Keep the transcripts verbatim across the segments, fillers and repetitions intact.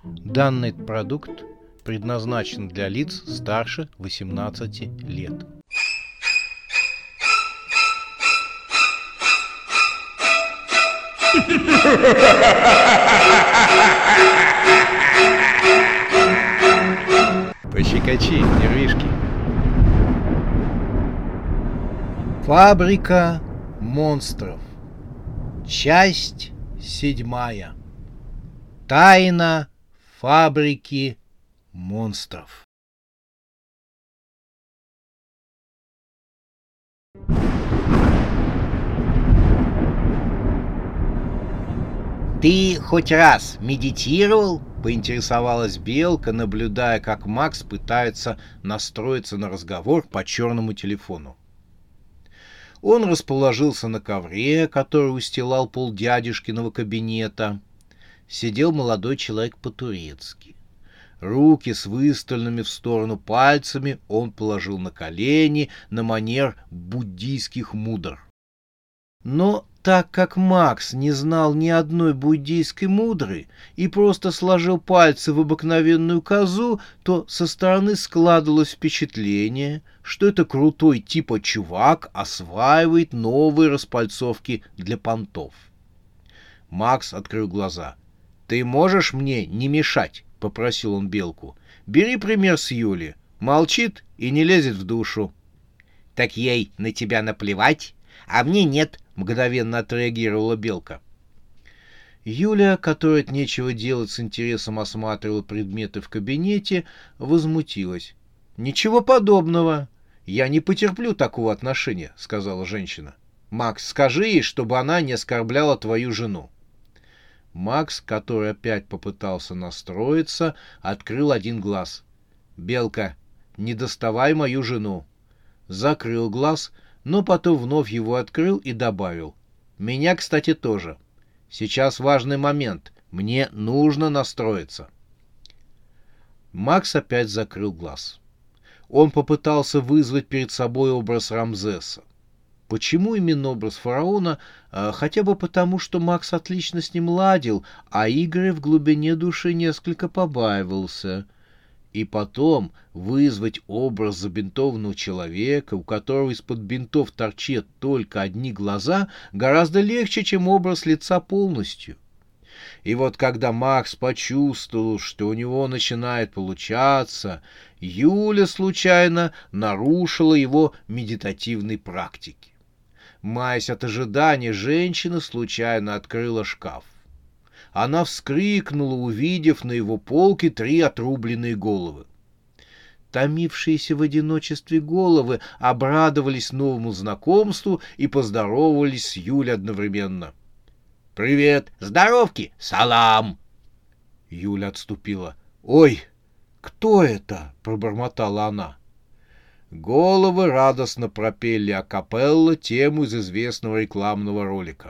Данный продукт предназначен для лиц старше восемнадцати лет. Пощекочи, нервишки. Фабрика монстров. Часть седьмая. Тайна фабрики монстров. «Ты хоть раз медитировал?» — поинтересовалась Белка, наблюдая, как Макс пытается настроиться на разговор по черному телефону. Он расположился на ковре, который устилал пол дядюшкиного кабинета. Сидел молодой человек по-турецки. Руки с выставленными в сторону пальцами он положил на колени на манер буддийских мудр. Но так как Макс не знал ни одной буддийской мудры и просто сложил пальцы в обыкновенную козу, то со стороны складывалось впечатление, что это крутой типа чувак осваивает новые распальцовки для понтов. Макс открыл глаза. «Ты можешь мне не мешать?» — попросил он Белку. «Бери пример с Юли. Молчит и не лезет в душу». «Так ей на тебя наплевать, а мне нет», — мгновенно отреагировала Белка. Юля, которая от нечего делать с интересом осматривала предметы в кабинете, возмутилась. «Ничего подобного. Я не потерплю такого отношения», — сказала женщина. «Макс, скажи ей, чтобы она не оскорбляла твою жену». Макс, который опять попытался настроиться, открыл один глаз. «Белка, не доставай мою жену». Закрыл глаз, но потом вновь его открыл и добавил. «Меня, кстати, тоже. Сейчас важный момент. Мне нужно настроиться». Макс опять закрыл глаз. Он попытался вызвать перед собой образ Рамзеса. Почему именно образ фараона? Хотя бы потому, что Макс отлично с ним ладил, а Игорь в глубине души несколько побаивался. И потом вызвать образ забинтованного человека, у которого из-под бинтов торчат только одни глаза, гораздо легче, чем образ лица полностью. И вот когда Макс почувствовал, что у него начинает получаться, Юля случайно нарушила его медитативной практики. Маясь от ожидания, женщина случайно открыла шкаф. Она вскрикнула, увидев на его полке три отрубленные головы. Томившиеся в одиночестве головы обрадовались новому знакомству и поздоровались с Юлей одновременно. «Привет! Здоровки! Салам!» Юля отступила. «Ой, кто это?» — пробормотала она. Головы радостно пропели акапелла тему из известного рекламного ролика.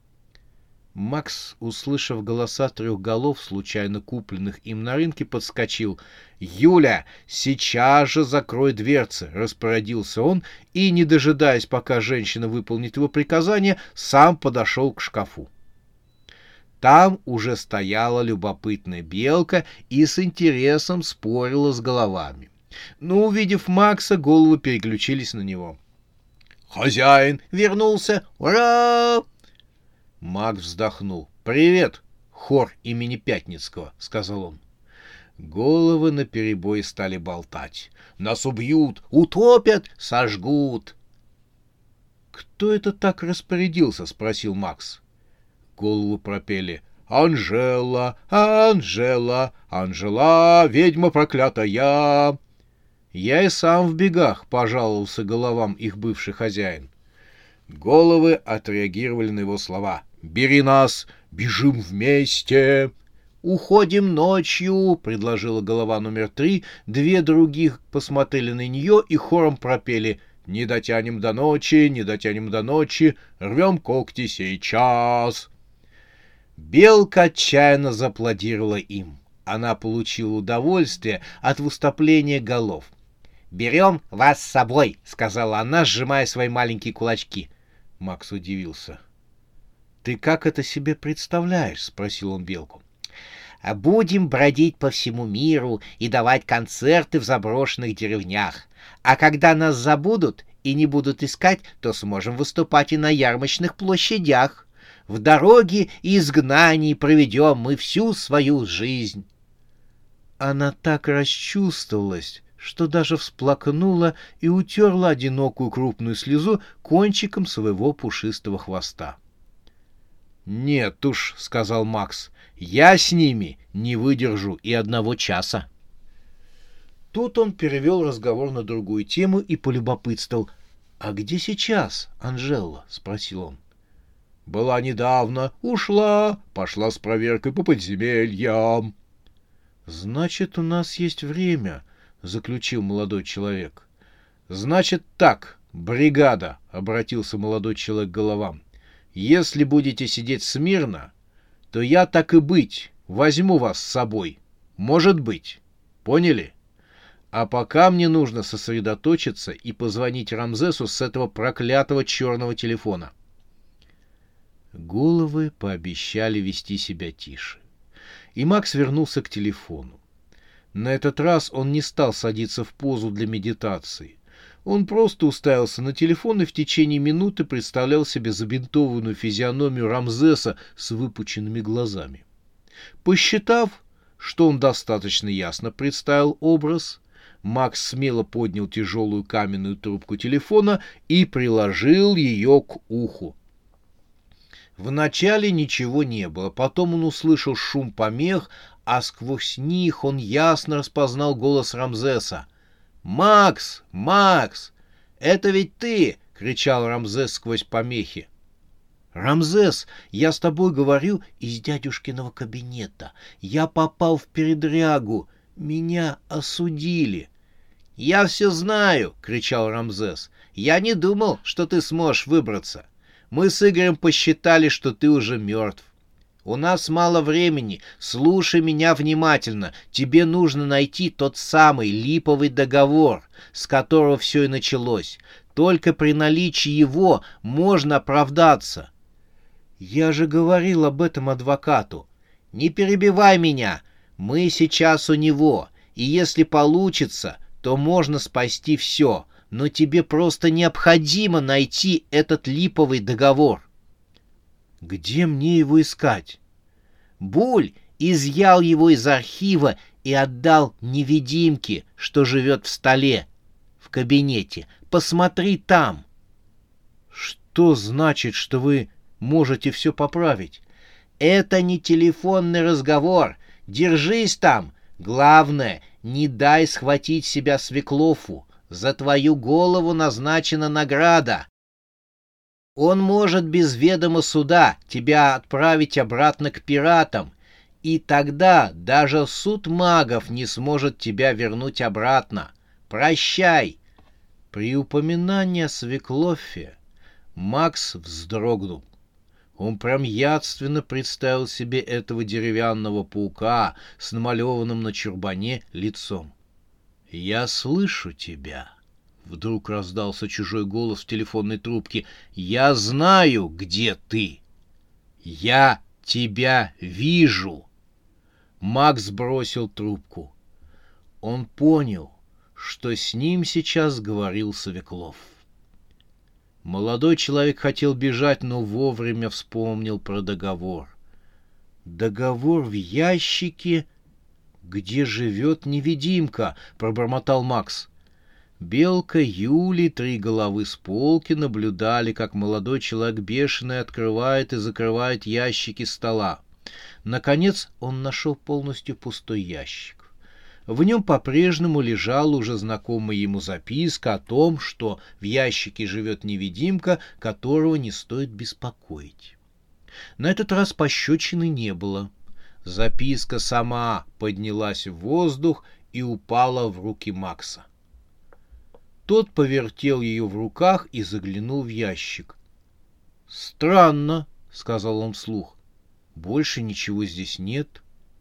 Макс, услышав голоса трех голов, случайно купленных им на рынке, подскочил. «Юля, сейчас же закрой дверцы!» — распорядился он и, не дожидаясь, пока женщина выполнит его приказание, сам подошел к шкафу. Там уже стояла любопытная белка и с интересом спорила с головами. Но, увидев Макса, головы переключились на него. «Хозяин вернулся! Ура!» Макс вздохнул. «Привет, хор имени Пятницкого», — сказал он. Головы наперебой стали болтать. «Нас убьют, утопят, сожгут». «Кто это так распорядился?» — спросил Макс. Головы пропели. «Анжела, Анжела, Анжела, ведьма проклятая». «Я и сам в бегах», — пожаловался головам их бывший хозяин. Головы отреагировали на его слова. «Бери нас, бежим вместе». «Уходим ночью», — предложила голова номер три. Две других посмотрели на нее и хором пропели. «Не дотянем до ночи, не дотянем до ночи, рвем когти сейчас». Белка отчаянно зааплодировала им. Она получила удовольствие от выступления голов. «Берем вас с собой», — сказала она, сжимая свои маленькие кулачки. Макс удивился. «Ты как это себе представляешь?» — спросил он Белку. Будем бродить по всему миру и давать концерты в заброшенных деревнях. А когда нас забудут и не будут искать, то сможем выступать и на ярмарочных площадях. В дороге и изгнании проведем мы всю свою жизнь». Она так расчувствовалась, что даже всплакнула и утерла одинокую крупную слезу кончиком своего пушистого хвоста. «Нет уж», — сказал Макс, — «я с ними не выдержу и одного часа». Тут он перевел разговор на другую тему и полюбопытствовал. «А где сейчас Анжела?» — спросил он. «Была недавно, ушла, пошла с проверкой по подземельям». «Значит, у нас есть время», — заключил молодой человек. «Значит так, бригада», — обратился молодой человек к головам. «Если будете сидеть смирно, то я, так и быть, возьму вас с собой. Может быть. Поняли? А пока мне нужно сосредоточиться и позвонить Рамзесу с этого проклятого черного телефона». Головы пообещали вести себя тише. И Макс вернулся к телефону. На этот раз он не стал садиться в позу для медитации. Он просто уставился на телефон и в течение минуты представлял себе забинтованную физиономию Рамзеса с выпученными глазами. Посчитав, что он достаточно ясно представил образ, Макс смело поднял тяжелую каменную трубку телефона и приложил ее к уху. Вначале ничего не было, потом он услышал шум помех, а сквозь них он ясно распознал голос Рамзеса. «Макс! Макс! Это ведь ты!» — кричал Рамзес сквозь помехи. «Рамзес, я с тобой говорю из дядюшкиного кабинета. Я попал в передрягу. Меня осудили». «Я все знаю!» — кричал Рамзес. «Я не думал, что ты сможешь выбраться. Мы с Игорем посчитали, что ты уже мертв. У нас мало времени. Слушай меня внимательно. Тебе нужно найти тот самый липовый договор, с которого все и началось. Только при наличии его можно оправдаться». «Я же говорил об этом адвокату». «Не перебивай меня. Мы сейчас у него. И если получится, то можно спасти все. Но тебе просто необходимо найти этот липовый договор». «Где мне его искать?» «Буль изъял его из архива и отдал невидимке, что живет в столе, в кабинете. Посмотри там». «Что значит, что вы можете все поправить?» «Это не телефонный разговор. Держись там. Главное, не дай схватить себя Свеклову. За твою голову назначена награда. Он может без ведома суда тебя отправить обратно к пиратам, и тогда даже суд магов не сможет тебя вернуть обратно. Прощай!» При упоминании о Свеклове Макс вздрогнул. Он прям явственно представил себе этого деревянного паука с намалеванным на чурбане лицом. «Я слышу тебя», — вдруг раздался чужой голос в телефонной трубке. «Я знаю, где ты. Я тебя вижу». Макс бросил трубку. Он понял, что с ним сейчас говорил Свеклов. Молодой человек хотел бежать, но вовремя вспомнил про договор. «Договор в ящике, где живет невидимка», — пробормотал Макс. Белка, Юли, три головы с полки наблюдали, как молодой человек бешеный открывает и закрывает ящики стола. Наконец он нашел полностью пустой ящик. В нем по-прежнему лежала уже знакомая ему записка о том, что в ящике живет невидимка, которого не стоит беспокоить. На этот раз пощечины не было. Записка сама поднялась в воздух и упала в руки Макса. Тот повертел ее в руках и заглянул в ящик. «Странно», — сказал он вслух, — «больше ничего здесь нет».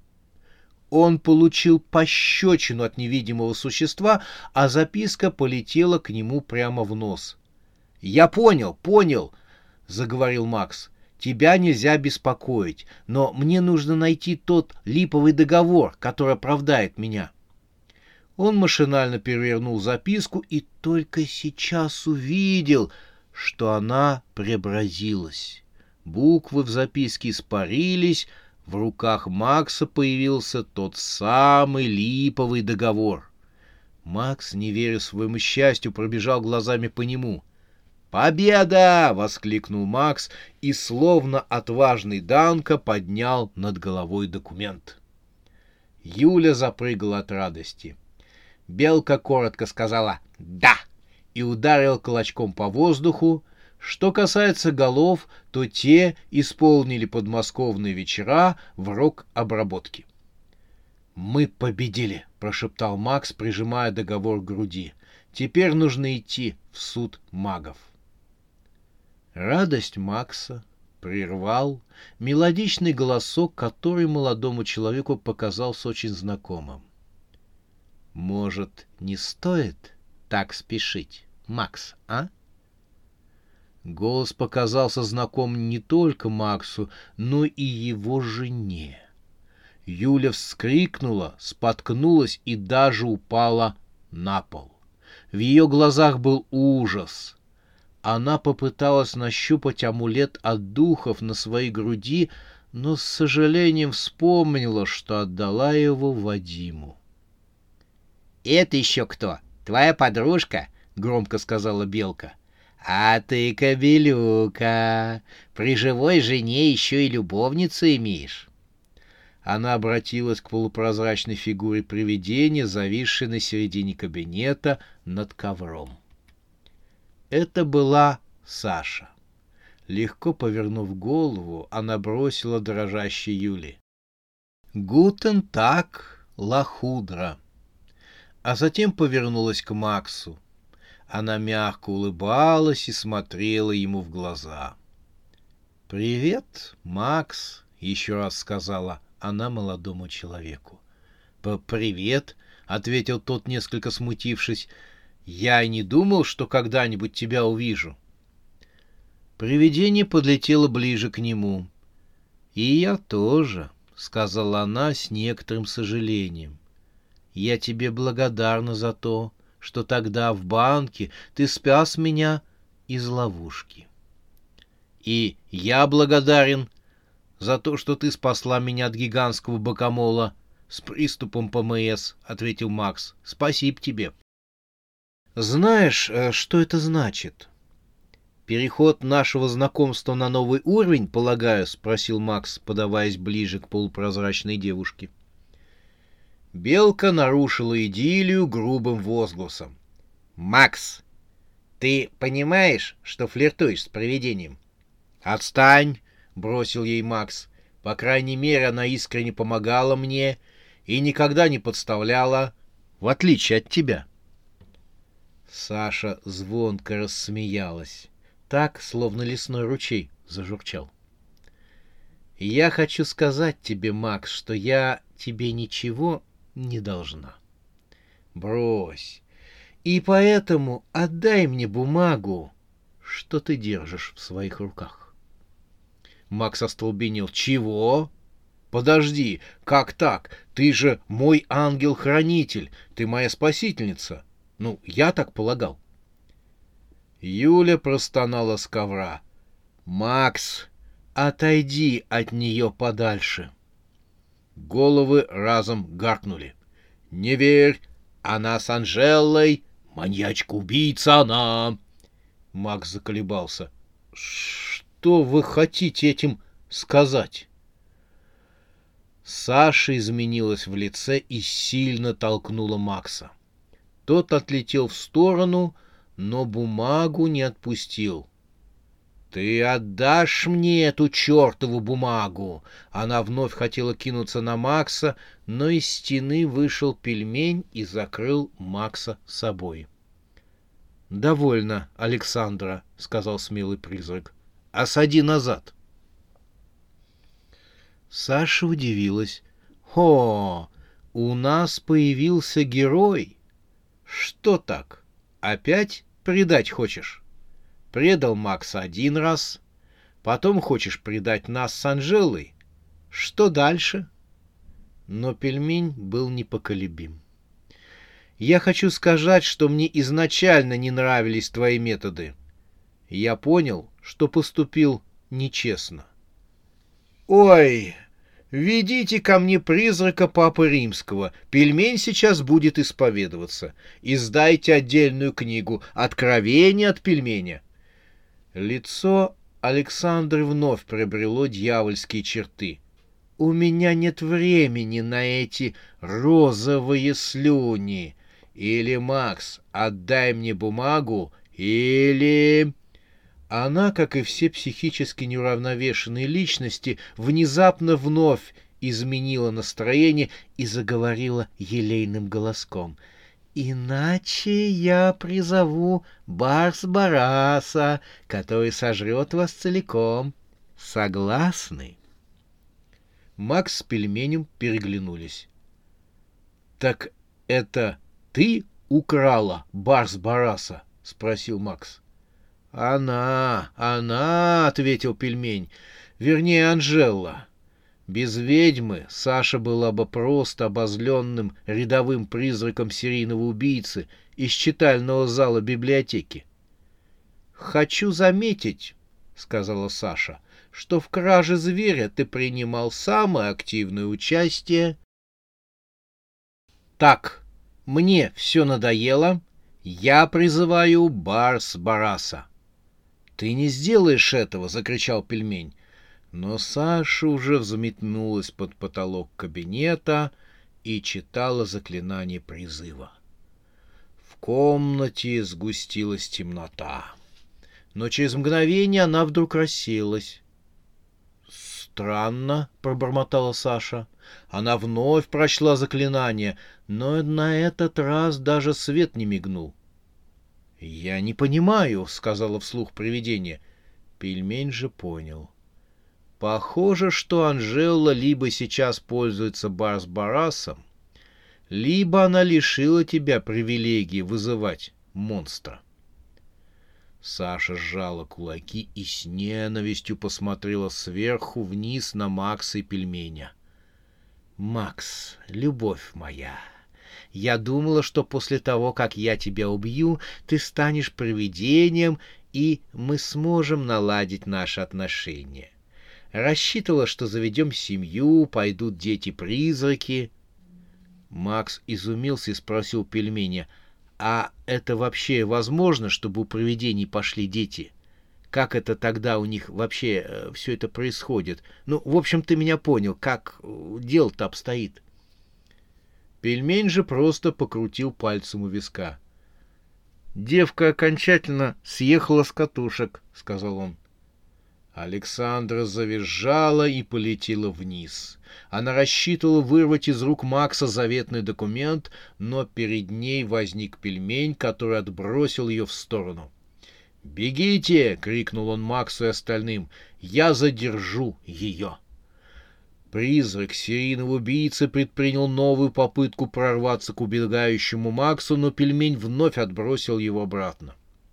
Он получил пощечину от невидимого существа, а записка полетела к нему прямо в нос. «Я понял, понял», — заговорил Макс. тебя нельзя беспокоить, но мне нужно найти тот липовый договор, который оправдает меня». Он машинально перевернул записку и только сейчас увидел, что она преобразилась. Буквы в записке испарились, в руках Макса появился тот самый липовый договор. Макс, не веря своему счастью, пробежал глазами по нему. «Победа!» — воскликнул Макс и, словно отважный Данко, поднял над головой документ. Юля запрыгала от радости. Белка коротко сказала «да» и ударил кулачком по воздуху. Что касается голов, то те исполнили подмосковные вечера в рок-обработке. «Мы победили», — прошептал Макс, прижимая договор к груди. «Теперь нужно идти в суд магов». Радость Макса прервал мелодичный голосок, который молодому человеку показался очень знакомым. «Может, не стоит так спешить, Макс, а?» Голос показался знаком не только Максу, но и его жене. Юля вскрикнула, споткнулась и даже упала на пол. В ее глазах был ужас. Она попыталась нащупать амулет от духов на своей груди, но с сожалением вспомнила, что отдала его Вадиму. «Это еще кто? Твоя подружка?» — громко сказала Белка. «А ты, кобелюка, при живой жене еще и любовницу имеешь». Она обратилась к полупрозрачной фигуре привидения, зависшей на середине кабинета над ковром. Это была Саша. Легко повернув голову, она бросила дрожащей Юле: «Гутен так, лохудра», а затем повернулась к Максу. Она мягко улыбалась и смотрела ему в глаза. «Привет, Макс», — еще раз сказала она молодому человеку. «Привет», — ответил тот, несколько смутившись. «Я и не думал, что когда-нибудь тебя увижу». Привидение подлетело ближе к нему. «И я тоже», — сказала она с некоторым сожалением. «Я тебе благодарна за то, что тогда в банке ты спас меня из ловушки. И я благодарен за то, что ты спасла меня от гигантского богомола с приступом ПМС», — ответил Макс. «Спасибо тебе». «Знаешь, что это значит?» «Переход нашего знакомства на новый уровень, полагаю?» — спросил Макс, подаваясь ближе к полупрозрачной девушке. Белка нарушила идиллию грубым возгласом. «Макс, ты понимаешь, что флиртуешь с привидением?» «Отстань!» — бросил ей Макс. «По крайней мере, она искренне помогала мне и никогда не подставляла, в отличие от тебя». Саша звонко рассмеялась, так, словно лесной ручей зажурчал. «Я хочу сказать тебе, Макс, что я тебе ничего не должна. Брось. И поэтому отдай мне бумагу, что ты держишь в своих руках». Макс остолбенел. «Чего? Подожди, как так? Ты же мой ангел-хранитель, ты моя спасительница. Ну, я так полагал». Юля простонала с ковра. «Макс, отойди от нее подальше». Головы разом гаркнули. «Не верь! Она с Анжелой! Маньячка-убийца она!» Макс заколебался. «Что вы хотите этим сказать?» Саша изменилась в лице и сильно толкнула Макса. Тот отлетел в сторону, но бумагу не отпустил. «Ты отдашь мне эту чертову бумагу!» Она вновь хотела кинуться на Макса, но из стены вышел пельмень и закрыл Макса собой. «Довольно, Александра», — сказал смелый призрак. «Осади назад». Саша удивилась. «О, у нас появился герой! Что так? Опять предать хочешь?» Предал Макса один раз, Потом хочешь предать нас с Анжелой? Что дальше?» Но пельмень был непоколебим. «Я хочу сказать, что мне изначально не нравились твои методы. Я понял, что поступил нечестно». «Ой, ведите ко мне призрака Папы Римского. Пельмень сейчас будет исповедоваться. Издайте отдельную книгу «Откровение от пельменя». Лицо Александры вновь приобрело дьявольские черты. «У меня нет времени на эти розовые слюни. Или, Макс, отдай мне бумагу, или...» Она, как и все психически неуравновешенные личности, внезапно вновь изменила настроение и заговорила елейным голоском. «Иначе я призову Барс-Бараса, который сожрет вас целиком. Согласны?» Макс с пельменем переглянулись. «Так это ты украла Барс-Бараса?» — спросил Макс. «Она, она!» — ответил пельмень. «Вернее, Анжела. Без ведьмы Саша была бы просто обозленным рядовым призраком серийного убийцы из читального зала библиотеки». «Хочу заметить, — сказала Саша, — что в краже зверя ты принимал самое активное участие». «Так, мне все надоело. Я призываю Барс-Бараса». «Ты не сделаешь этого!» — закричал пельмень. Но Саша уже взметнулась под потолок кабинета и читала заклинание призыва. В комнате сгустилась темнота, но через мгновение она вдруг рассеялась. «Странно», — пробормотала Саша. Она вновь прочла заклинание, но на этот раз даже свет не мигнул. «Я не понимаю», — сказала вслух привидение. Пельмень же понял. «Похоже, что Анжела либо сейчас пользуется Барс-Барасом, либо она лишила тебя привилегии вызывать монстра». Саша сжала кулаки и с ненавистью посмотрела сверху вниз на Макса и пельменя. «Макс, любовь моя, я думала, что после того, как я тебя убью, ты станешь привидением, и мы сможем наладить наши отношения. Рассчитывала, что заведем семью, пойдут дети-призраки». Макс изумился и спросил пельменя: «А это вообще возможно, чтобы у привидений пошли дети? Как это тогда у них вообще э, все это происходит? Ну, в общем, ты меня понял, как дело-то обстоит». Пельмень же просто покрутил пальцем у виска. «Девка окончательно съехала с катушек», — сказал он. Александра завизжала и полетела вниз. Она рассчитывала вырвать из рук Макса заветный документ, но перед ней возник пельмень, который отбросил ее в сторону. «Бегите!» — крикнул он Максу и остальным. «Я задержу ее!» Призрак серийного убийцы предпринял новую попытку прорваться к убегающему Максу, но пельмень вновь отбросил его обратно.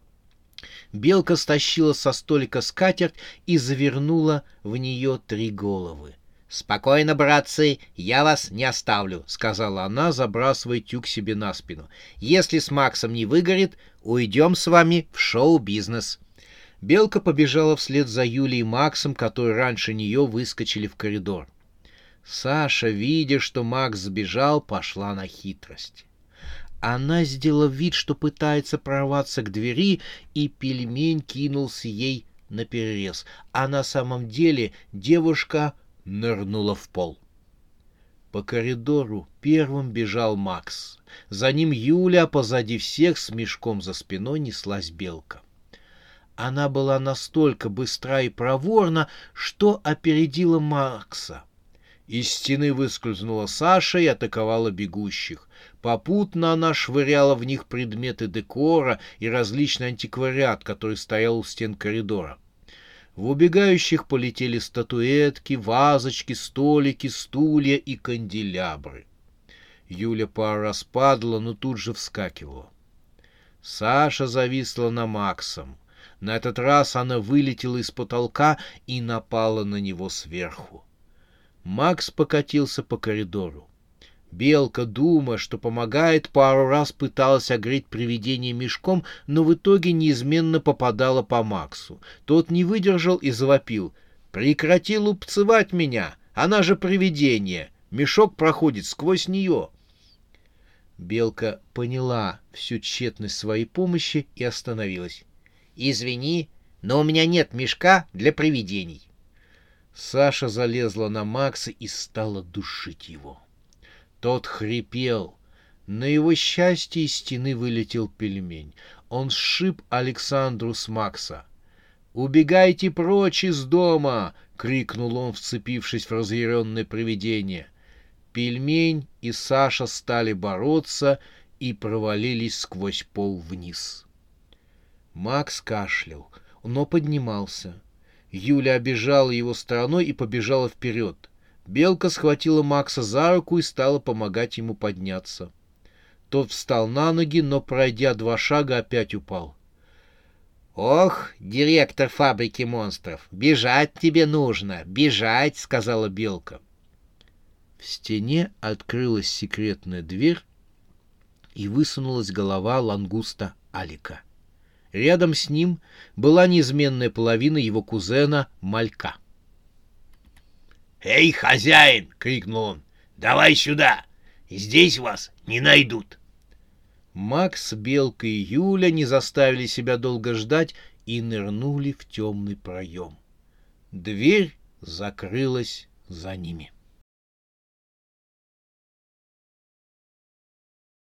Белка стащила со столика скатерть и завернула в нее три головы. «Спокойно, братцы, я вас не оставлю», — сказала она, забрасывая тюк себе на спину. «Если с Максом не выгорит, уйдем с вами в шоу-бизнес». Белка побежала вслед за Юлей и Максом, которые раньше нее выскочили в коридор. Саша, видя, что Макс сбежал, пошла на хитрость. Она сделала вид, что пытается прорваться к двери, и пельмень кинулся ей наперерез, а на самом деле девушка нырнула в пол. По коридору первым бежал Макс. За ним Юля, а позади всех с мешком за спиной неслась Белка. Она была настолько быстра и проворна, что опередила Макса. Из стены выскользнула Саша и атаковала бегущих. Попутно она швыряла в них предметы декора и различный антиквариат, который стоял у стен коридора. В убегающих полетели статуэтки, вазочки, столики, стулья и канделябры. Юля пару раз падала, но тут же вскакивала. Саша зависла на Максом. На этот раз она вылетела из потолка и напала на него сверху. Макс покатился по коридору. Белка, думая, что помогает, пару раз пыталась огреть привидение мешком, но в итоге неизменно попадала по Максу. Тот не выдержал и завопил: «Прекрати лупцевать меня! Она же привидение! Мешок проходит сквозь нее!» Белка поняла всю тщетность своей помощи и остановилась. «Извини, но у меня нет мешка для привидений». Саша залезла на Макса и стала душить его. Тот хрипел. На его счастье из стены вылетел пельмень. Он сшиб Александру с Макса. «Убегайте прочь из дома!» — крикнул он, вцепившись в разъяренное привидение. Пельмень и Саша стали бороться и провалились сквозь пол вниз. Макс кашлял, но поднимался. Юля обежала его стороной и побежала вперед. Белка схватила Макса за руку и стала помогать ему подняться. Тот встал на ноги, но, пройдя два шага, опять упал. «Ох, директор фабрики монстров, бежать тебе нужно, бежать!» — сказала Белка. В стене открылась секретная дверь, и высунулась голова лангуста Алика. Рядом с ним была неизменная половина его кузена Малька. «Эй, хозяин!» — крикнул он. «Давай сюда! Здесь вас не найдут!» Макс, Белка и Юля не заставили себя долго ждать и нырнули в темный проем. Дверь закрылась за ними.